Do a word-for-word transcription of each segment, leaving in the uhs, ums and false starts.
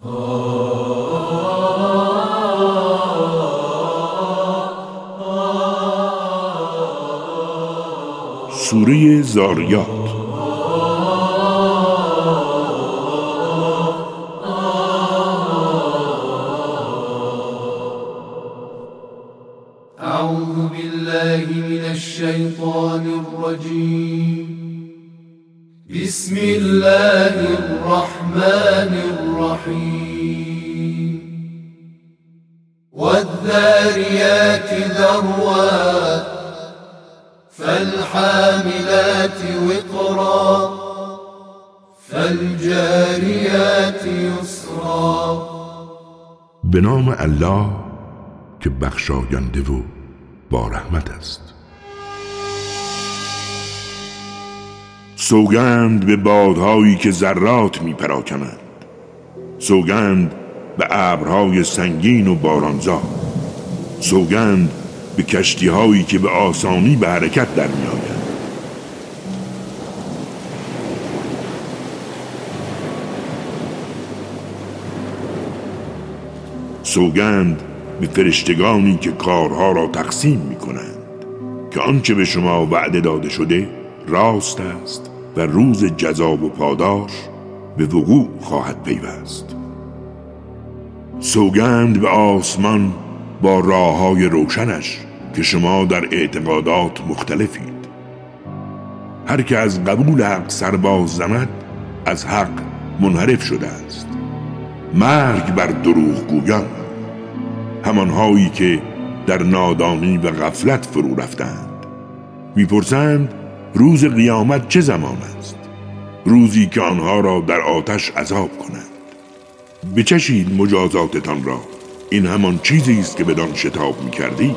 سوره ذاریات. اعوذ بالله من الشیطان الرجیم. بسم الله الرحمن الرحیم. والذاریات ذروا فالحاملات وقرا فالجاریات یسرا. به نام الله که بخشاینده و با رحمت است. سوگند به بادهایی که ذرات می پراکنند، سوگند به ابرهای سنگین و بارانزا، سوگند به کشتی هایی که به آسانی به حرکت در می آیند. سوگند به فرشتگانی که کارها را تقسیم می کنند که آنچه به شما وعده داده شده راست است و روز جزا و پاداش به وقوع خواهد پیوست. سوگند به آسمان با راههای روشنش که شما در اعتقادات مختلفید. هر که از قبول حق سرباز زند از حق منحرف شده است. مرگ بر دروغ گویان، همانهایی که در نادانی و غفلت فرو رفتند. میپرسند روز قیامت چه زمان است؟ روزی که آنها را در آتش عذاب کنند. بچشید مجازاتتان را، این همان چیزی است که بدان شتاب می‌کردی.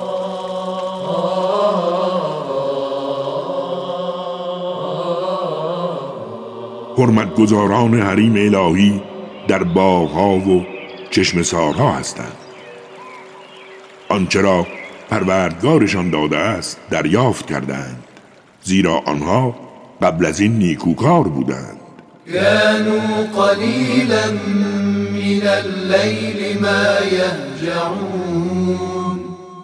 حرمتگزاران حریم الهی در باغ‌ها و چشمه‌سارها هستند. آنچه را پروردگارشان داده است دریافت کردند، زیرا آنها قبل از این نیکوکار بودند. كانوا قليلا من الليل ما يهجعون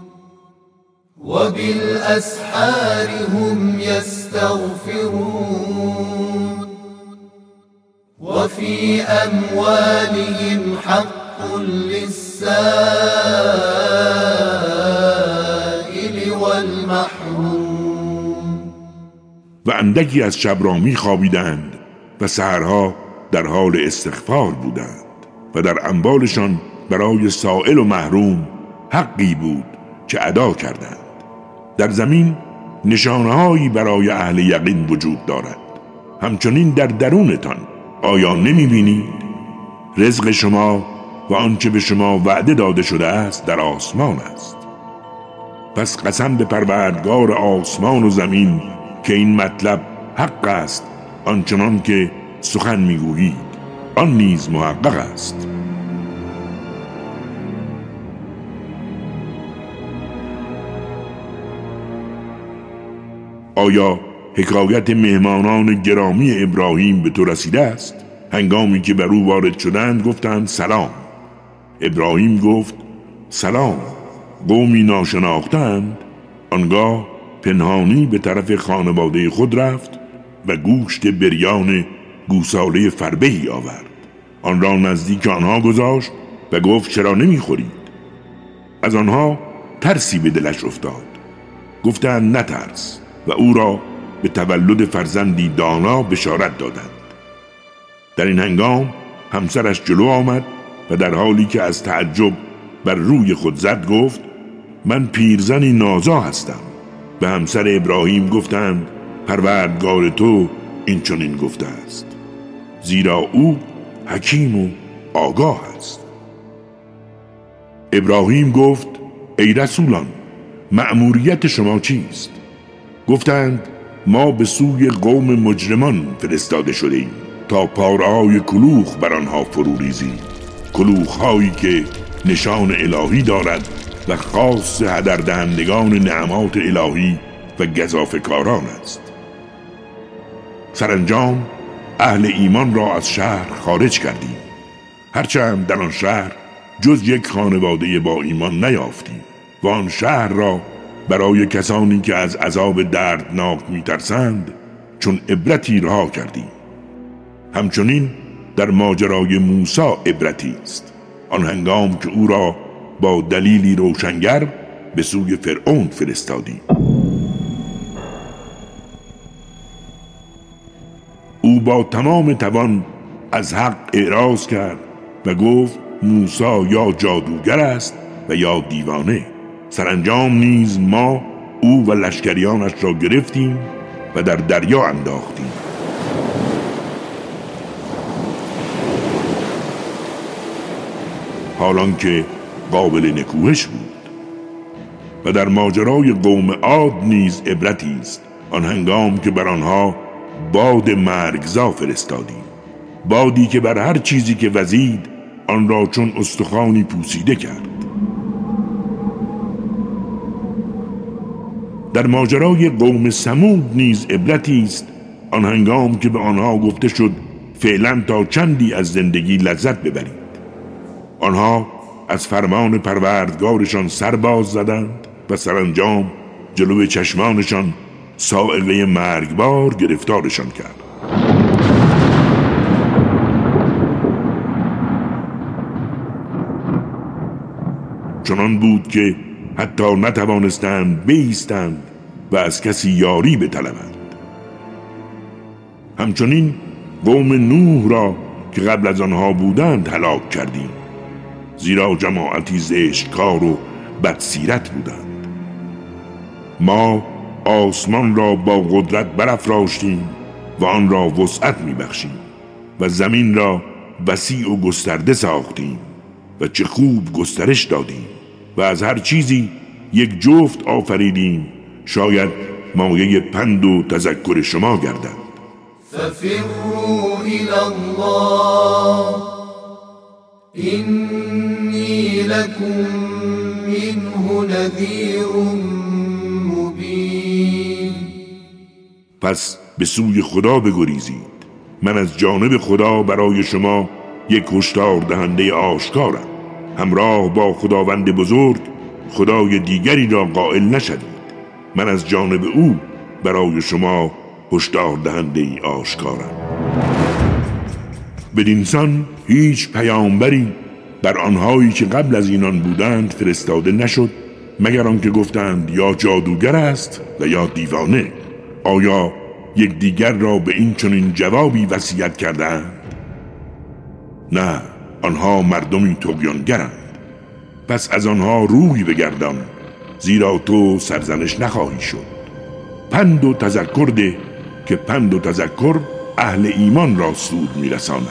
وبالأسحار هم يستغفرون وفي أموالهم حق للسائل والمحروم. و اندکی از شب را می خوابیدند و سحرها در حال استغفار بودند و در اموالشان برای سائل و محروم حقی بود که ادا کردند. در زمین نشانه‌هایی برای اهل یقین وجود دارد، همچنین در درونتان. آیا نمی بینید؟ رزق شما و آنچه به شما وعده داده شده است در آسمان است. پس قسم به پروردگار آسمان و زمین که این مطلب حق است، آنچنان که سخن میگویید آن نیز محقق است. آیا حکایت مهمانان گرامی ابراهیم به تو رسیده است؟ هنگامی که بر او وارد شدند گفتند سلام. ابراهیم گفت سلام. قومی ناشناختند. آنگاه پنهانی به طرف خانواده خود رفت و گوشت بریان گوساله فربهی آورد. آن را نزدیک آنها گذاشت و گفت چرا نمیخورید؟ از آنها ترسی به دلش افتاد. گفتند نترس و او را به تولد فرزندی دانا بشارت دادند. در این هنگام همسرش جلو آمد و در حالی که از تعجب بر روی خود زد گفت من پیرزنی نازا هستم. به همسر ابراهیم گفتند پروردگار تو این چنین گفته است، زیرا او حکیم و آگاه است. ابراهیم گفت ای رسولان، مأموریت شما چیست؟ گفتند ما به سوی قوم مجرمان فرستاده شده ایم تا پاره‌های کلوخ بر آنها فرو ریزیم، کلوخ‌هایی که نشان الهی دارد و خاص هدردهندگان نعمات الهی و گزافه‌کاران است. سرانجام اهل ایمان را از شهر خارج کردیم. هرچند در آن شهر جز یک خانواده با ایمان نیافتیم و آن شهر را برای کسانی که از عذاب دردناک میترسند چون عبرتی رها کردیم. همچنین در ماجرای موسی عبرتی است، آن هنگام که او را با دلیلی روشنگر به سوی فرعون فرستادیم. او با تمام توان از حق اعراض کرد و گفت موسی یا جادوگر است و یا دیوانه. سرانجام نیز ما او و لشکریانش را گرفتیم و در دریا انداختیم. حالان که قابل نکوهش بود. و در ماجرای قوم عاد نیز عبرتی است، آن هنگام که بر آنها باد مرگزا فرستادیم، بادی که بر هر چیزی که وزید آن را چون استخوانی پوسیده کرد. در ماجرای قوم ثمود نیز عبرتی است، آن هنگام که به آنها گفته شد فعلا تا چندی از زندگی لذت ببرید. آنها از فرمان پروردگارشان سر باز زدند و سرانجام جلوی چشمانشان صاعقه مرگبار گرفتارشان کرد. چنان بود که حتی نتوانستند بایستند و از کسی یاری بطلبند. همچنین قوم نوح را که قبل از آنها بودند هلاک کردیم، زیرا جماعتی زشتکار و بدسیرت بودند. ما آسمان را با قدرت برافراشتیم و آن را وسعت میبخشیم و زمین را وسیع و گسترده ساختیم و چه خوب گسترش دادیم و از هر چیزی یک جفت آفریدیم، شاید مایه پند و تذکر شما گردد. ففروا إلى الله إني لكم منه نذير مبين. پس به سوی خدا بگریزید، من از جانب خدا برای شما یک هشدار دهنده آشکارم. همراه با خداوند بزرگ خدای دیگری را قائل نشوید، من از جانب او برای شما هشدار دهنده ای آشکارم. بدینسان هیچ پیامبری بر آنهایی که قبل از اینان بودند فرستاده نشد مگر آنکه گفتند یا جادوگر است و یا دیوانه. آیا یک دیگر را به این چنین جوابی وصیت کردند؟ نه، آنها مردمی طغیانگرند. پس از آنها روی بگردان، زیرا تو سرزنش نخواهی شد. پند و تذکر ده که پند و تذکر اهل ایمان را سود میرساند.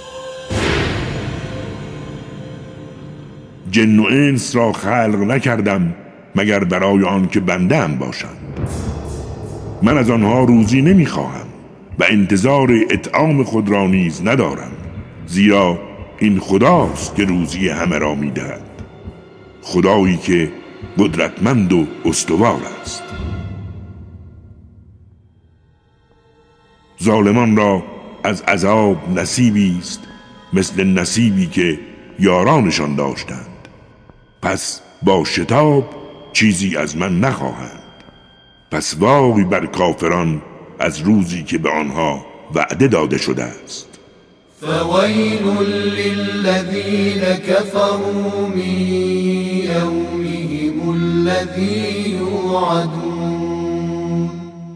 جن و انس را خلق نکردم مگر برای آن که بنده ام باشند. من از آنها روزی نمیخواهم و انتظار اطعام خود را نیز ندارم، زیرا این خداست که روزی همه را میدهد، خدایی که قدرتمند و استوار است. ظالمان را از عذاب نصیبی است مثل نصیبی که یارانشان داشتند، پس با شتاب چیزی از من نخواهند. پس وای بر کافران از روزی که به آنها وعده داده شده است. فويل للذين كفروا من يومهم الذي يوعدون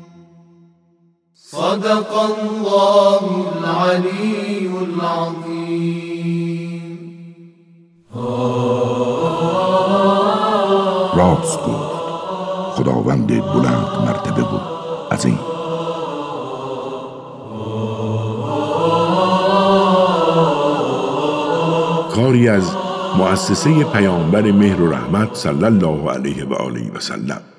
صدق الله العلي العظيم. راست گفت خداوند بلند مرتبه و عظیم. کاری از مؤسسه پیامبر مهر و رحمت صلی الله علیه و آله و سلم.